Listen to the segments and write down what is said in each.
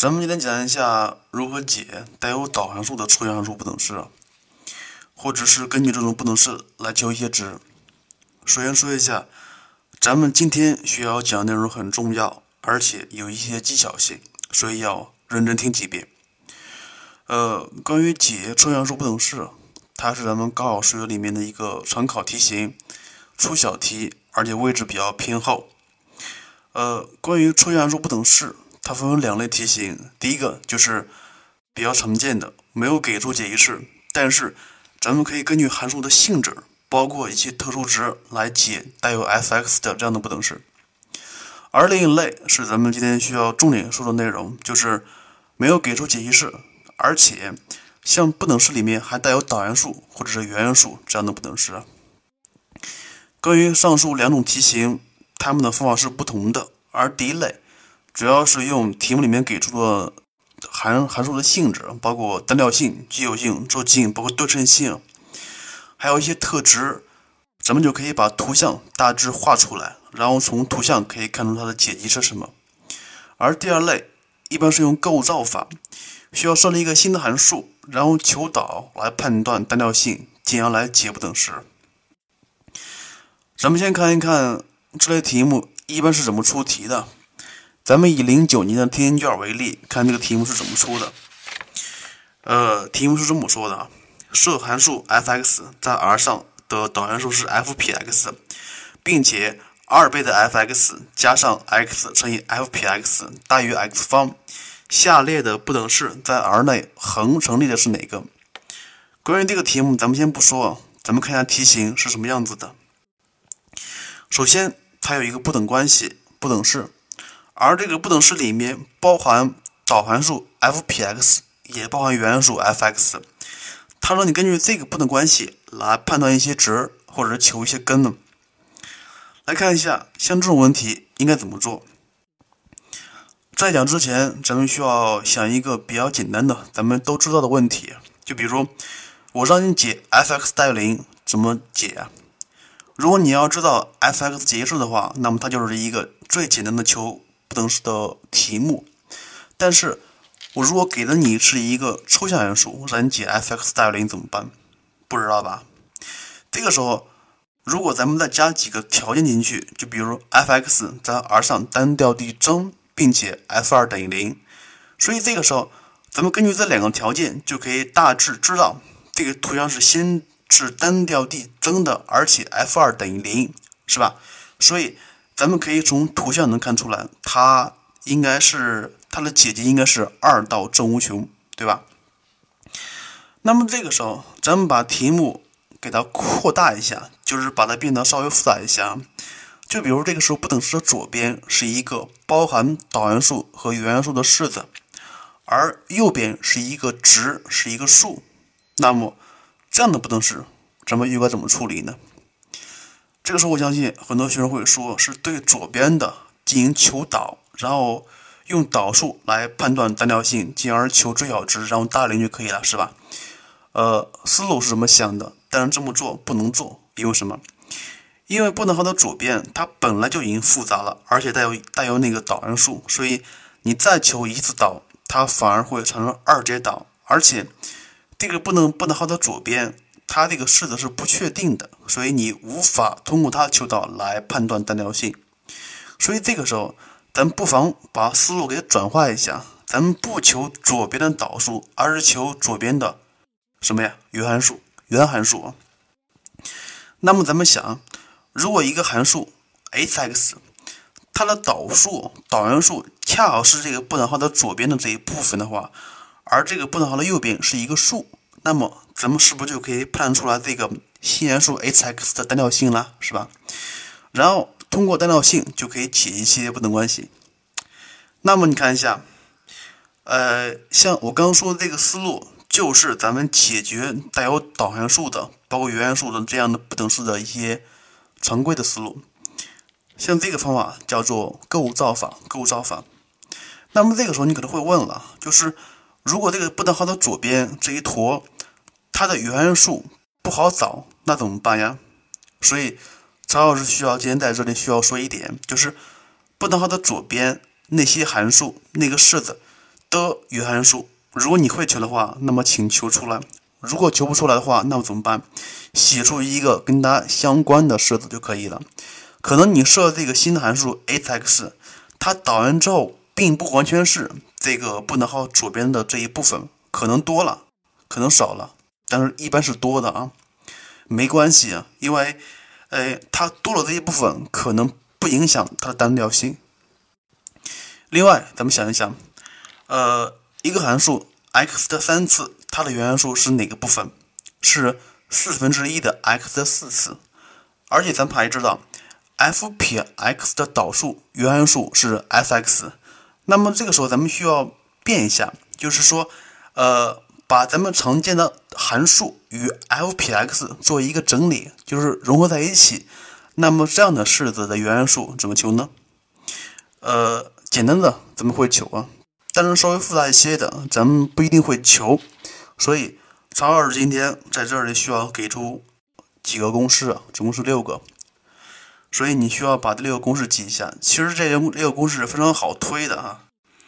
咱们今天讲一下如何解带有导函数的抽象函数不等式，或者是根据这种不等式来求一些值。首先说一下，咱们今天需要讲的内容很重要，而且有一些技巧性，所以要认真听几遍。关于解抽象函数不等式，它是咱们高考数学里面的一个常考题型，出小题，而且位置比较偏后。关于抽象函数不等式，它分为两类题型，第一个就是比较常见的，没有给出解析式，但是咱们可以根据函数的性质，包括一些特殊值来解带有 f(x) 的这样的不等式。而另一类是咱们今天需要重点说的内容，就是没有给出解析式，而且像不等式里面还带有导函数或者是原函数这样的不等式。关于上述两种题型，它们的方法是不同的，而第一类主要是用题目里面给出的函数的性质，包括单调性、奇偶性、周期性，包括对称性，还有一些特质，咱们就可以把图像大致画出来，然后从图像可以看出它的解析是什么。而第二类一般是用构造法，需要设立一个新的函数，然后求导来判断单调性，进而来解不等式。咱们先看一看这类题目一般是怎么出题的。咱们以09年的天津卷为例，看这个题目是怎么出的。题目是这么说的：设函数 f(x) 在 R 上的导函数是 f 撇 x， 并且2倍的 f(x) 加上 x 乘以 f 撇 x 大于 x 方。下列的不等式在 R 内恒成立的是哪个？关于这个题目，咱们先不说，咱们看一下题型是什么样子的。首先，它有一个不等关系，不等式。而这个不等式里面包含导函数 f 撇 x， 也包含原函数 f(x)。它让你根据这个不等关系来判断一些值，或者是求一些根呢。来看一下，像这种问题应该怎么做。在讲之前，咱们需要想一个比较简单的，咱们都知道的问题。就比如，我让你解 f(x) 大于0，怎么解啊？如果你要知道 f(x) 解析式的话，那么它就是一个最简单的求不等式的题目。但是我如果给的你是一个抽象函数，让你解 f(x) 大于0怎么办？不知道吧？这个时候，如果咱们再加几个条件进去，就比如 f(x) 在 R 上单调地增，并且 f2 等于0，所以这个时候咱们根据这两个条件就可以大致知道这个图像是先是单调地增的，而且 f2 等于0，是吧？所以咱们可以从图像能看出来，它的解集应该是2到正无穷，对吧？那么这个时候咱们把题目给它扩大一下，就是把它变得稍微复杂一下。就比如这个时候不等式的左边是一个包含导函数和原函数的式子，而右边是一个值，是一个数。那么这样的不等式咱们又该怎么处理呢？这个时候我相信很多学生会说是对左边的进行求导，然后用导数来判断单调性，进而求最小值，然后大于0就可以了，是吧？思路是怎么想的？但是这么做不能做，因为什么？因为不等号的左边它本来就已经复杂了，而且带有那个导函数，所以你再求一次导，它反而会产生2阶导，而且这个不等号的左边它这个式子是不确定的，所以你无法通过它求导来判断单调性。所以这个时候咱不妨把思路给转换一下，咱们不求左边的导数，而是求左边的什么呀？原函数。那么咱们想，如果一个函数 h(x) 它的导函数恰好是这个不等号的左边的这一部分的话，而这个不等号的右边是一个数，那么咱们是不是就可以判断出来这个新函数 h(x) 的单调性了，是吧？然后通过单调性就可以解一些不等关系。那么你看一下，像我刚刚说的这个思路，就是咱们解决带有导函数的，包括原函数的这样的不等式的一些常规的思路。像这个方法叫做构造法。那么这个时候你可能会问了，就是如果这个不等号的左边这一坨它的原函数不好找，那怎么办呀？所以曹老师今天在这里需要说一点，就是不等号的左边那些函数那个式子的原函数。如果你会求的话，那么请求出来；如果求不出来的话，那么怎么办？写出一个跟它相关的式子就可以了。可能你设这个新的函数 x， 它导完之后并不完全是这个不等号左边的这一部分，可能多了，可能少了，但是一般是多的啊，没关系啊，因为它多了这一部分可能不影响它的单调性。另外，咱们想一想，一个函数 x 的3次，它的原函数是哪个部分？是1/4的 x 的4次。而且咱们还知道 f' x 的导数原函数是 f(x)， 那么这个时候咱们需要变一下，就是说把咱们常见的函数与 f(x) 做一个整理，就是融合在一起。那么这样的式子的原函数怎么求呢？简单的咱们会求啊，但是稍微复杂一些的咱们不一定会求。所以曹老师今天在这里需要给出几个公式啊，总共是6个，所以你需要把这6个公式记一下。其实这6个公式非常好推的啊。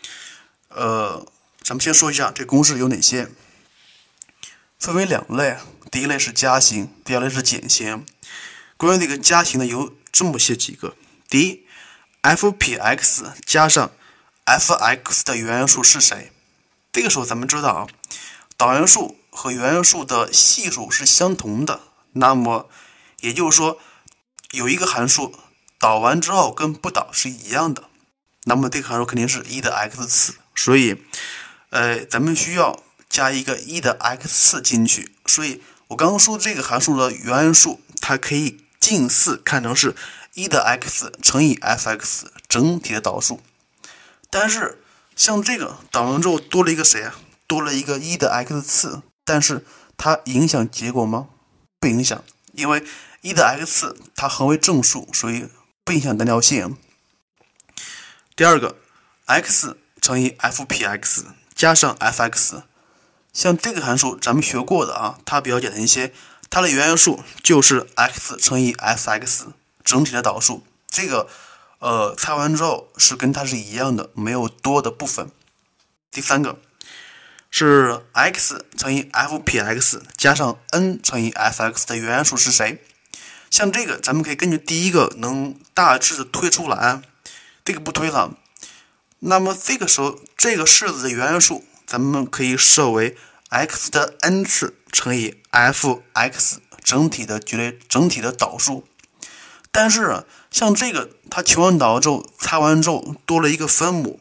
咱们先说一下这公式有哪些，分为2类，第一类是加型，第二类是减型。关于这个加型呢，有这么些几个。第一， f(x) 加上 f(x) 的原函数是谁？这个时候咱们知道啊，导函数和原函数的系数是相同的，那么也就是说有一个函数导完之后跟不导是一样的，那么这个函数肯定是1的 x 次，所以咱们需要加一个1的 x 次进去。所以我刚刚说这个函数的原函数它可以近似看成是1的 x 乘以 f(x) 整体的导数。但是像这个导完之后多了一个谁啊？多了一个1的 x 次，但是它影响结果吗？不影响，因为1的 x 次它恒为正数，所以不影响单调性。第二个 x 乘以 f(x) 加上 f(x), 像这个函数咱们学过的啊，它比较简单一些，它的原函数就是 x 乘以 f(x) 整体的导数。这个拆完之后是跟它是一样的，没有多的部分。第三个是 x 乘以 f(x) 加上 n 乘以 f(x) 的原函数是谁？像这个咱们可以根据第一个能大致的推出来，这个不推了。那么这个时候这个式子的原函数咱们可以设为 x 的 n 次乘以 f(x) 整体的导数。但是像这个它求完导之后拆完之后多了一个分母，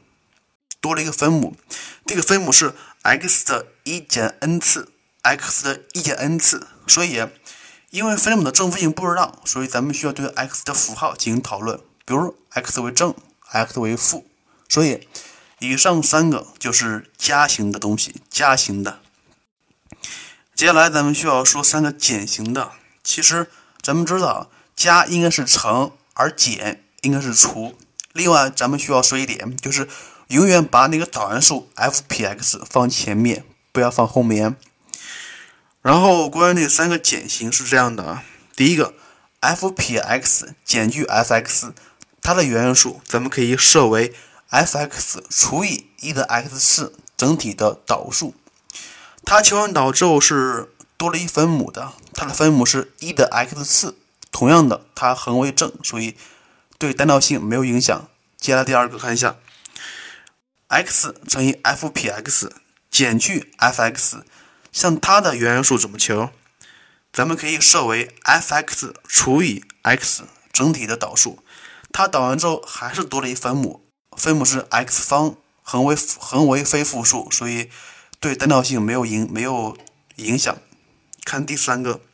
这个分母是 x 的1减 n 次 x 的1减 n 次，所以因为分母的正负性不知道，所以咱们需要对 x 的符号进行讨论，比如 x 为正 x 为负。所以以上3个就是加型的东西，加型的。接下来咱们需要说3个减型的。其实咱们知道加应该是乘，而减应该是除。另外咱们需要说一点，就是永远把那个导函数 f(x) 放前面，不要放后面。然后关于这3个减型是这样的啊，第一个 f(x) 减去 f(x), 它的原函数咱们可以设为 f(x) 除以1的 x 次整体的导数。它求完导之后是多了一分母的，它的分母是1的 x 次，同样的它恒为正，所以对单调性没有影响。接下来第二个看一下 x 乘以 f(x) 减去 f(x), 像它的原函数怎么求？咱们可以设为 f(x) 除以 x 整体的导数。它导完之后还是多了一分母，分母是 x 方，恒为非负数，所以对单调性没有影响。看第三个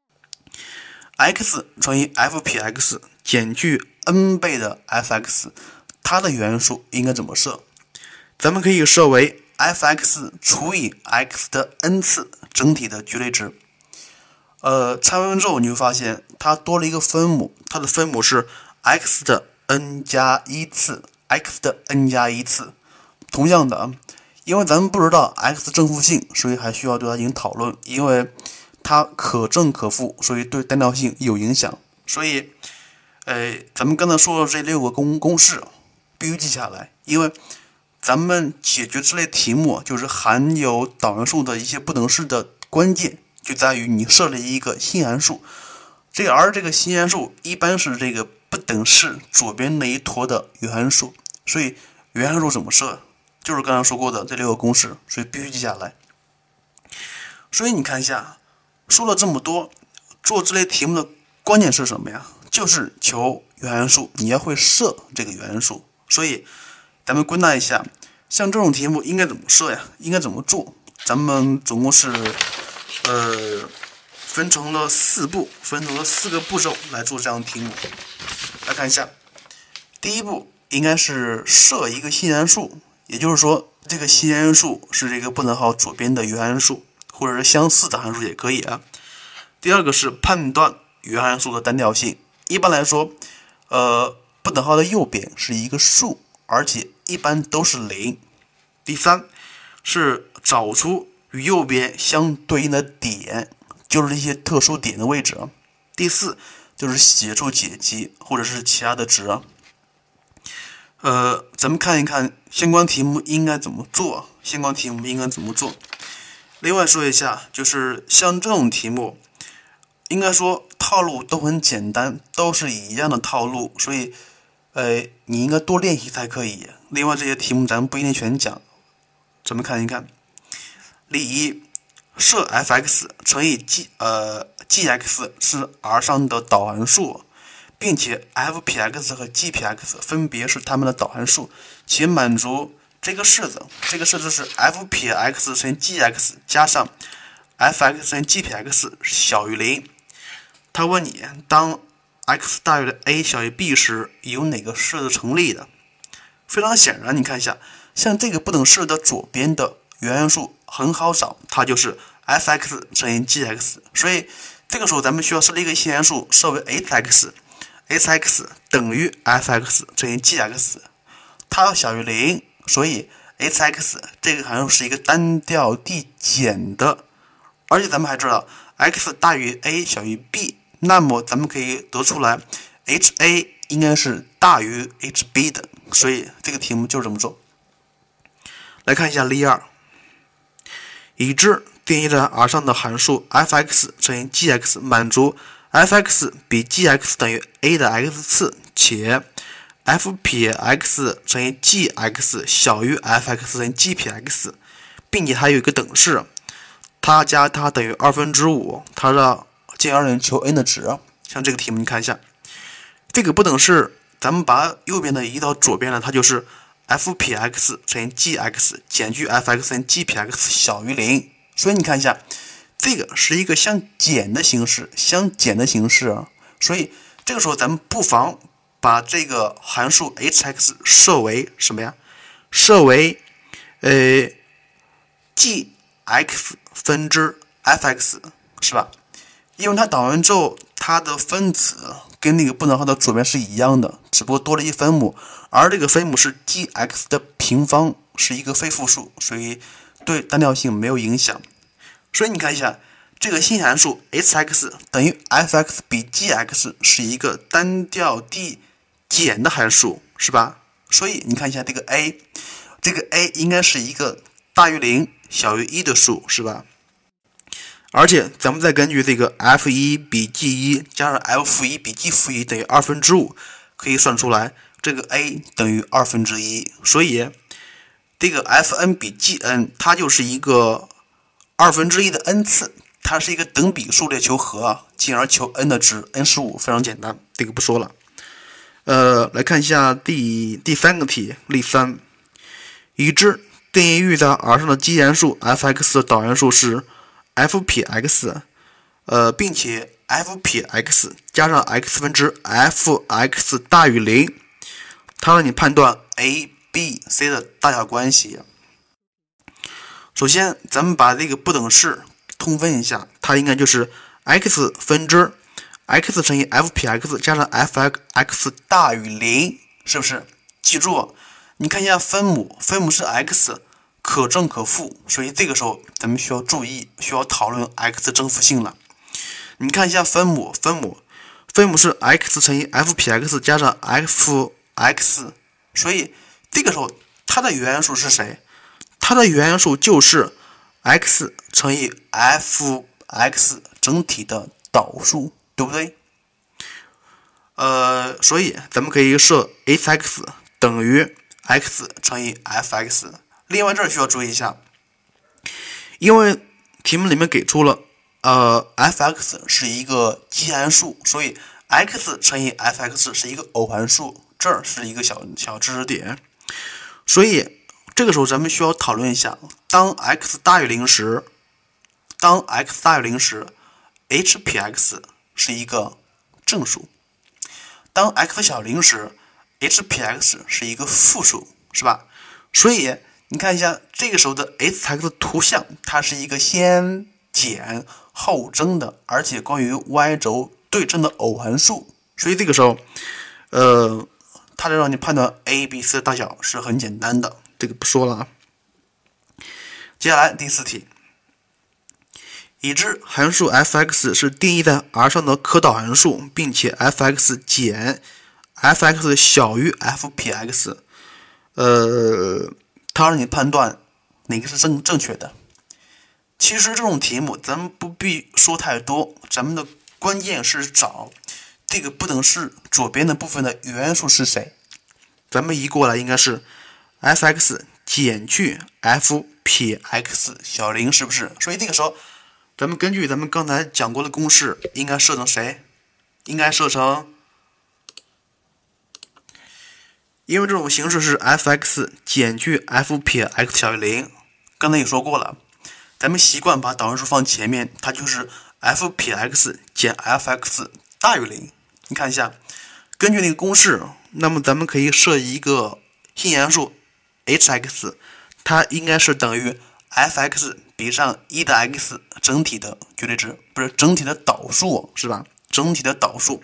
x 乘以 f(x) 减去 n 倍的 f(x), 它的原函数应该怎么设？咱们可以设为 f(x) 除以 x 的 n 次整体的绝对值。拆完之后你会发现它多了一个分母，它的分母是 x 的 n 加1次 x 的 n 加1次。同样的，因为咱们不知道 x 正负性，所以还需要对它进行讨论，因为它可正可负，所以对单调性有影响。所以咱们刚才说的这6个公式必须记下来，因为咱们解决这类题目，就是含有导函数的一些不等式的关键，就在于你设立一个新函数。而这个新函数一般是这个不等式左边那一坨的原函数。所以原函数怎么设？就是刚才说过的这6个公式，所以必须记下来。所以你看一下，说了这么多，做这类题目的关键是什么呀？就是求原函数，你要会设这个原函数。所以咱们归纳一下，像这种题目应该怎么设呀？应该怎么做？咱们总共是分成了4步，分成了4个步骤来做这样的题目。来看一下，第一步应该是设一个新函数，也就是说这个新函数是这个不等号左边的原函数，或者是相似的函数也可以啊。第二个是判断原函数的单调性，一般来说不等号的右边是一个数，而且一般都是0。第三是找出与右边相对应的点，就是一些特殊点的位置。第四就是写出解集或者是其他的值。咱们看一看相关题目应该怎么做。另外说一下，就是像这种题目，应该说套路都很简单，都是一样的套路，所以你应该多练习才可以。另外这些题目咱们不一定全讲，咱们看一看。例一，设 f(x) 乘以 gx 是 R 上的导函数，并且 f(p(x) 和 g(p(x) 分别是它们的导函数，且满足这个式子。这个式子是 f(p(x) 乘以 gx 加上 f(x) 乘以 gp(x) 小于0。他问你，当 x 大于 a 小于 b 时，有哪个式子成立的？非常显然，你看一下，像这个不等式的左边的原函数很好找，它就是 f(x) 乘以 gx。所以这个时候咱们需要设立一个新函数，设为 h(x) 等于 f(x) 乘以 gx， 它要小于0，所以 h(x) 这个函数是一个单调递减的。而且咱们还知道 x 大于 a 小于 b， 那么咱们可以得出来 ha 应该是大于 hb 的，所以这个题目就是这么做。来看一下例2，已知定义在 R 上的函数 f(x) 乘以 gx 满足 f(x) 比 gx 等于 a 的 x 次，且 f(p(x) 乘以 gx 小于 f(x) 乘以 gp(x), 并且还有一个等式，它加它等于5/2，它让进而求 n 的值。像这个题目你看一下，这个不等式咱们把右边的移到左边了，它就是 f(p(x) 乘以 gx 减去 f(x) 乘以 gp(x) 小于0。所以你看一下，这个是一个相减的形式，所以这个时候咱们不妨把这个函数 h(x) 设为什么呀？设为gx 分之 f(x) 是吧？因为它导完之后，它的分子跟那个不等号的左边是一样的，只不过多了一分母，而这个分母是 gx 的平方，是一个非负数，所以对单调性没有影响。所以你看一下，这个新函数 h(x) 等于 f(x) 比 gx 是一个单调递减的函数，是吧？所以你看一下这个 a 应该是一个大于0小于1的数，是吧？而且咱们再根据这个 f(1) 比 g(1) 加上 f(1) 比 g(1) 等于5/2，可以算出来这个 a 等于1/2。所以这个 fn 比 gn 它就是一个1/2的 n 次，它是一个等比数列求和，进而求 n 的值 n 是5，非常简单，这个不说了。来看一下第3个题，例3，已知定义域在 R 上的基函数 f(x) 的导函数是 f(p(x), 并且 f(p(x) 加上 x 分之 f(x) 大于0，它让你判断 a、b、c 的大小关系。首先咱们把这个不等式通分一下，它应该就是 x 分之 x 乘以 f(p(x) 加上 f(x) 大于0，是不是？记住，你看一下分母是 x， 可正可负，所以这个时候咱们需要注意，需要讨论 x 正负性了。你看一下分母是 x 乘以 f(p(x) 加上 f(x), 所以这个时候它的原函数是谁？它的原函数就是 x 乘以 f(x) 整体的导数，对不对？所以咱们可以设 h(x) 等于 x 乘以 f(x). 另外这儿需要注意一下，因为题目里面给出了f(x) 是一个奇函数，所以 x 乘以 f(x) 是一个偶函数，这儿是一个小知识点。所以这个时候咱们需要讨论一下，当 x 大于0时，h 撇 x 是一个正数；当 x 小0时 h 撇 x 是一个负数，是吧？所以你看一下这个时候的 h(x) 图像，它是一个先减后增的，而且关于 y 轴对称的偶函数。所以这个时候它就让你判断 a、b、c 的大小是很简单的，这个不说了啊。接下来第4题，已知函数 f(x) 是定义在 R 上的可导函数，并且 f(x) 减 f(x) 小于 f 撇 x， 它让你判断哪个是正确的。其实这种题目咱们不必说太多，咱们的关键是找这个不等式左边的部分的原函数是谁。咱们移过来应该是 f(x) 减去 f 撇 x 小0，是不是？所以这个时候咱们根据咱们刚才讲过的公式，应该设成谁？应该设成，因为这种形式是 f(x) 减去 f 撇 x 小于0。刚才也说过了，咱们习惯把导函数放前面，它就是 f 撇 x 减 f(x) 大于0。你看一下，根据那个公式，那么咱们可以设一个新函数 h(x), 它应该是等于 f(x) 比上1的 x 整体的绝对值，不是整体的导数，是吧？整体的导数。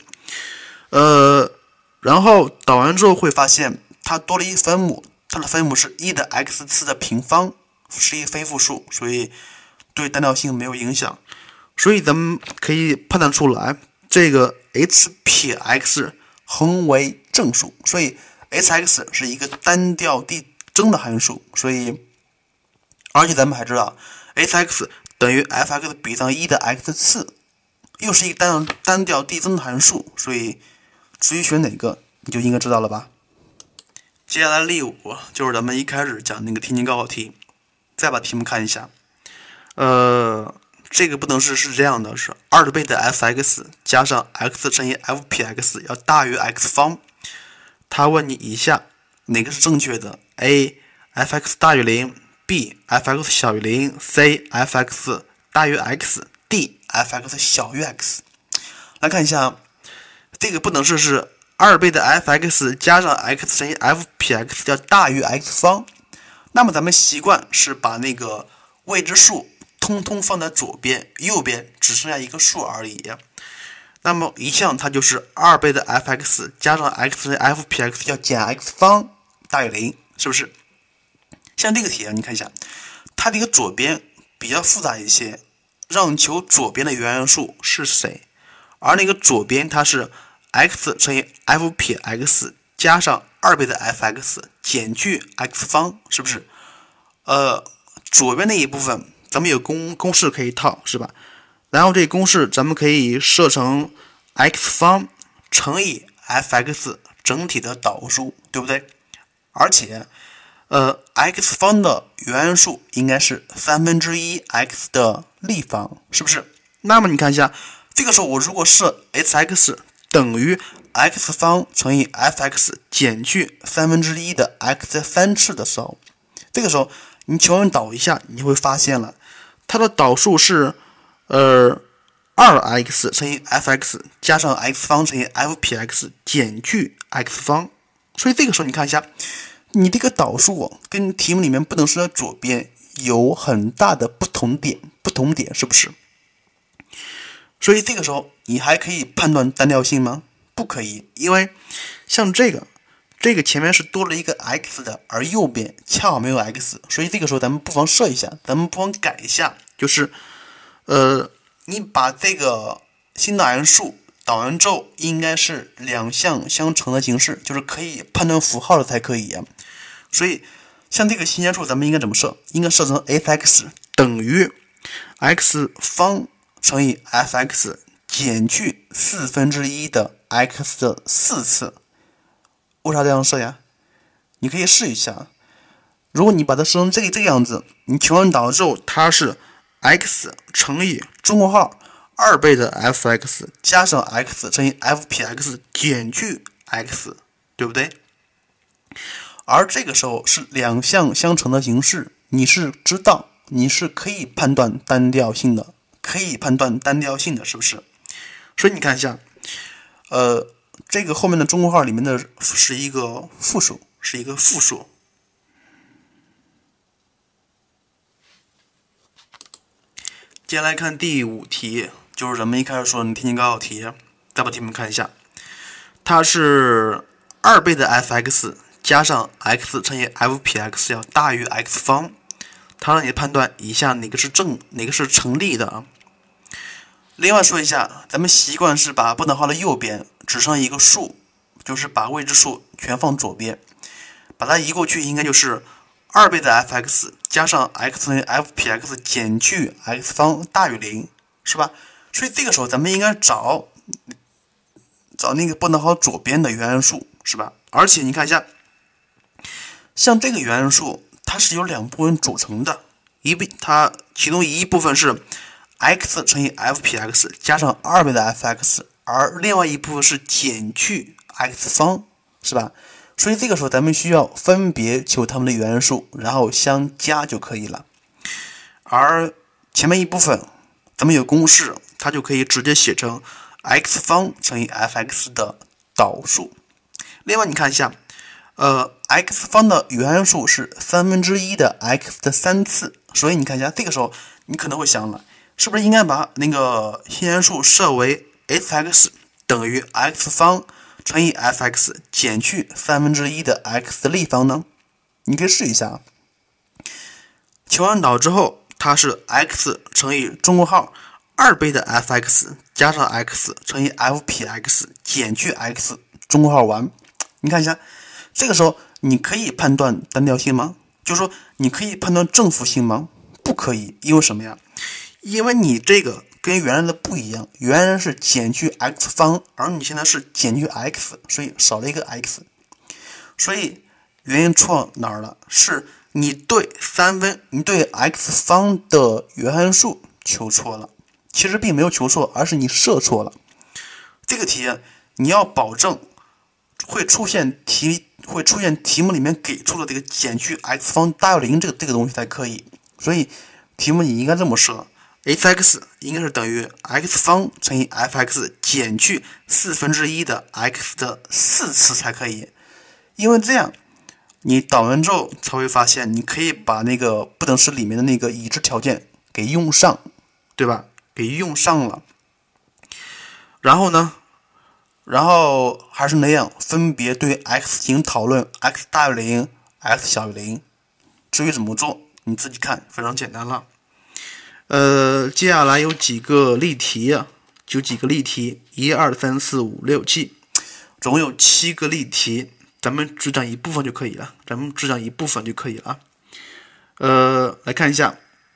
然后导完之后会发现它多了一分母，它的分母是1的 x 次的平方，是一非负数，所以对单调性没有影响。所以咱们可以判断出来，这个 h 撇 x 恒为正数，所以 h(x) 是一个单调递增的函数，所以而且咱们还知道 h(x) 等于 f(x) 比上1的 x 次，又是一个单调递增的函数，所以至于选哪个你就应该知道了吧。接下来例5就是咱们一开始讲那个天津高考题，再把题目看一下。这个不等式是这样的，是2倍的 f(x) 加上 x 乘以 f 撇 x 要大于 x 方。他问你以下哪个是正确的？ A f(x) 大于0， B f(x) 小于0， C f(x) 大于 x， D f(x) 小于 x。 来看一下，这个不等式是2倍的 f(x) 加上 x 乘以 f 撇 x 要大于 x 方。那么咱们习惯是把那个未知数通通放在左边，右边只剩下一个数而已。那么一项它就是2倍的 f(x) 加上 x 乘以 f 撇 x 要减 x 方大于0，是不是？像这个题你看一下，它这个左边比较复杂一些，让求左边的原函数是谁，而那个左边它是 x 乘以 f 撇 x 加上2倍的 f(x) 减去 x 方，是不是？左边那一部分咱们有公式可以套，是吧？然后这公式咱们可以设成 x 方乘以 f(x) 整体的导数，对不对？而且x 方的原函数应该是1/3 x 的立方，是不是？那么你看一下，这个时候我如果设 h(x) 等于 x 方乘以 f(x) 减去1/3的 x 的3次的时候，这个时候你求稳导一下，你会发现了它的导数是2x 乘以 f(x) 加上 x 方乘以 f 撇 x 减去 x 方。所以这个时候你看一下，你这个导数跟题目里面不等式的左边有很大的不同点，是不是？所以这个时候你还可以判断单调性吗？不可以，因为像这个前面是多了一个 x 的，而右边恰好没有 x， 所以这个时候咱们不妨设一下，咱们不妨改一下，就是你把这个新的函数导完之后，应该是两项相乘的形式，就是可以判断符号的才可以。所以像这个新鲜数咱们应该怎么设？应该设成 f(x) 等于 x 方乘以 f(x) 减去1/4的 x 的4次。为啥这样设呀？你可以试一下。如果你把它设成这个样子，你求完导之后，它是 x 乘以中括号2倍的 f(x) 加上 x 乘以 f(x) 减去 x， 对不对？而这个时候是两项相乘的形式，你是知道，你是可以判断单调性的，是不是？所以你看一下，这个后面的中括号里面的是一个复数，接下来看第5题，就是咱们一开始说的天津高考题，再把题目看一下，它是2倍的 f(x) 加上 x 乘以 f(x) 要大于 x 方，它让你判断以下哪个是正，哪个是成立的啊。另外说一下，咱们习惯是把不等号的右边指上一个数，就是把未知数全放左边，把它移过去，应该就是2倍的 f(x) 加上 x 乘以 f(x) 减去 x 方大于0，是吧？所以这个时候咱们应该找那个不等号左边的原函数，是吧？而且你看一下，像这个原函数，它是由2部分组成的，它其中一部分是 x 乘以 f(x) 加上2倍的 f(x), 而另外一部分是减去 x 方，是吧？所以这个时候咱们需要分别求它们的原函数，然后相加就可以了。而前面一部分咱们有公式，它就可以直接写成 x 方乘以 f(x) 的导数。另外你看一下，x 方的原函数是1/3的 x 的3次，所以你看一下，这个时候你可能会想了，是不是应该把那个新函数设为 f(x) 等于 x 方乘以 f(x) 减去1/3的 x 的立方呢？你可以试一下。求完导之后，它是 x 乘以中括号2倍的 f(x) 加上 x 乘以 f(x) 减去 x 中括号完。你看一下，这个时候你可以判断单调性吗？就是说你可以判断正负性吗？不可以，因为什么呀？因为你这个跟原来的不一样，原来是减去 x 方，而你现在是减去 x， 所以少了一个 x。所以原因错哪儿了？是你对x 方的原函数求错了，其实并没有求错，而是你设错了。这个题你要保证会出现题目里面给出的这个减去 x 方大于0这个东西才可以。所以题目你应该这么设， f(x) 应该是等于 x 方乘以 f(x) 减去1/4的 x 的4次才可以。因为这样你导完之后才会发现，你可以把那个不等式里面的那个已知条件给用上，对吧？给用上了。然后还是那样，分别对 x 进行讨论， x 大于0， x 小于0。至于怎么做你自己看，非常简单了。接下来有几个例题啊，1、2、3、4、5、6、7，总共有7个例题，咱们只讲一部分就可以了。来看一下，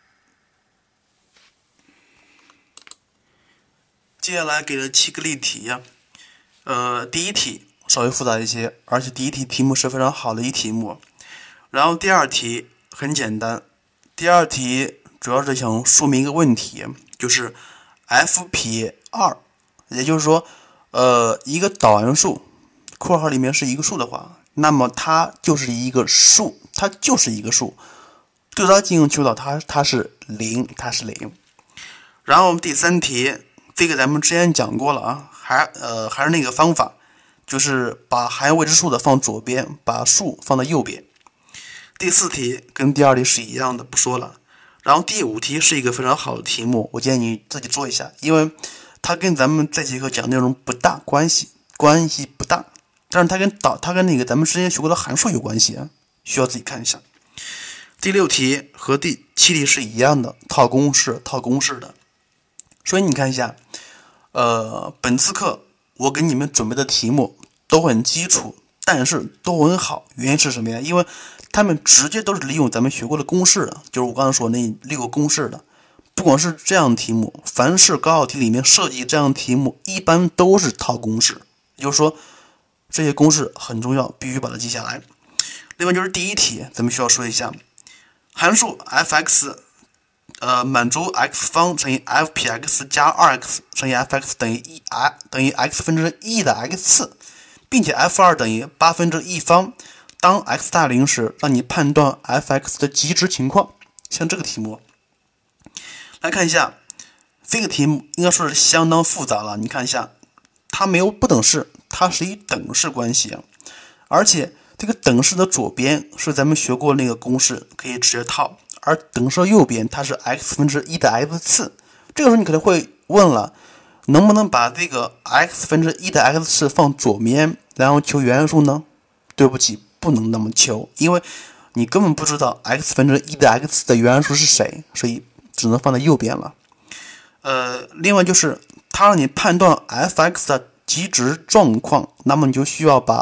接下来给了7个例题呀。第一题稍微复杂一些，而且第一题题目是非常好的一题目。然后第二题很简单，第二题主要是想说明一个问题，就是 f 撇2，也就是说，一个导函数括号里面是一个数的话，那么它就是一个数，对它进行求导，它是0。然后第三题，这个咱们之前讲过了啊，还是那个方法，就是把含有未知数的放左边，把数放到右边。第四题跟第二题是一样的，不说了。然后第五题是一个非常好的题目，我建议你自己做一下，因为它跟咱们这节课讲内容不大关系不大，但是它跟那个咱们之前学过的函数有关系啊，需要自己看一下。第6题和第7题是一样的，套公式的。所以你看一下，本次课我给你们准备的题目都很基础，但是都很好。原因是什么呀？因为他们直接都是利用咱们学过的公式的，就是我刚才说那6个公式的。不管是这样的题目，凡是高考题里面涉及这样的题目，一般都是套公式，也就是说这些公式很重要，必须把它记下来。另外就是第一题，咱们需要说一下函数 f(x) 满足 x 方乘以 f(p(x) 加 2x 乘以 f(x) 等于 x 分之1的 x 次，并且 f2 等于8分之1方。当 x 大于0时，让你判断 f(x) 的极值情况。像这个题目来看一下，这个题目应该说是相当复杂了。你看一下，它没有不等式，它是一等式关系，而且这个等式的左边是咱们学过那个公式，可以直接套，而等式的右边它是 x 分之1的 x 次。这个时候你可能会问了，能不能把这个 x 分之1的 x 次放左面，然后求原函数呢？对不起，不能那么求，因为你根本不知道 x 分之1的 x 次的原函数是谁，所以只能放在右边了。另外就是它让你判断 f(x) 的极值状况，那么你就需要把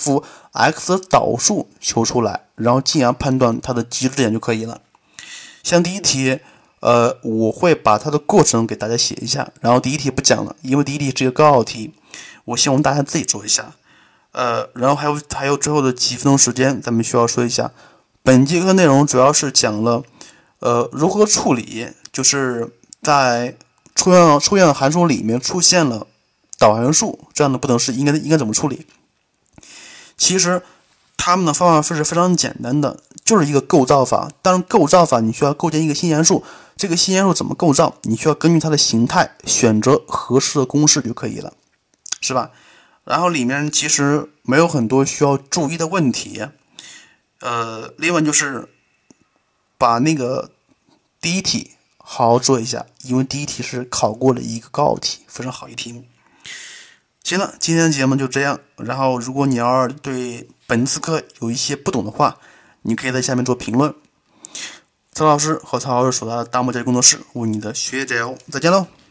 f(x) 的导数求出来，然后进而判断它的极值点就可以了。像第一题，我会把它的过程给大家写一下，然后第一题不讲了，因为第一题是一个高考题，我希望大家自己做一下。然后还有最后的几分钟时间，咱们需要说一下，本节课内容主要是讲了如何处理，就是在出现的函数里面出现了导函数这样的不等式应该怎么处理。其实他们的方法是非常简单的，就是一个构造法。当然构造法你需要构建一个新函数，这个新函数怎么构造，你需要根据它的形态选择合适的公式就可以了，是吧？然后里面其实没有很多需要注意的问题。另外就是把那个第一题好好做一下，因为第一题是考过了一个高考题，非常好一题目。行了，今天的节目就这样。然后如果你要是对本次课有一些不懂的话，你可以在下面做评论。曹老师和曹老师所在的大漠教育工作室为你的学业加油，再见喽。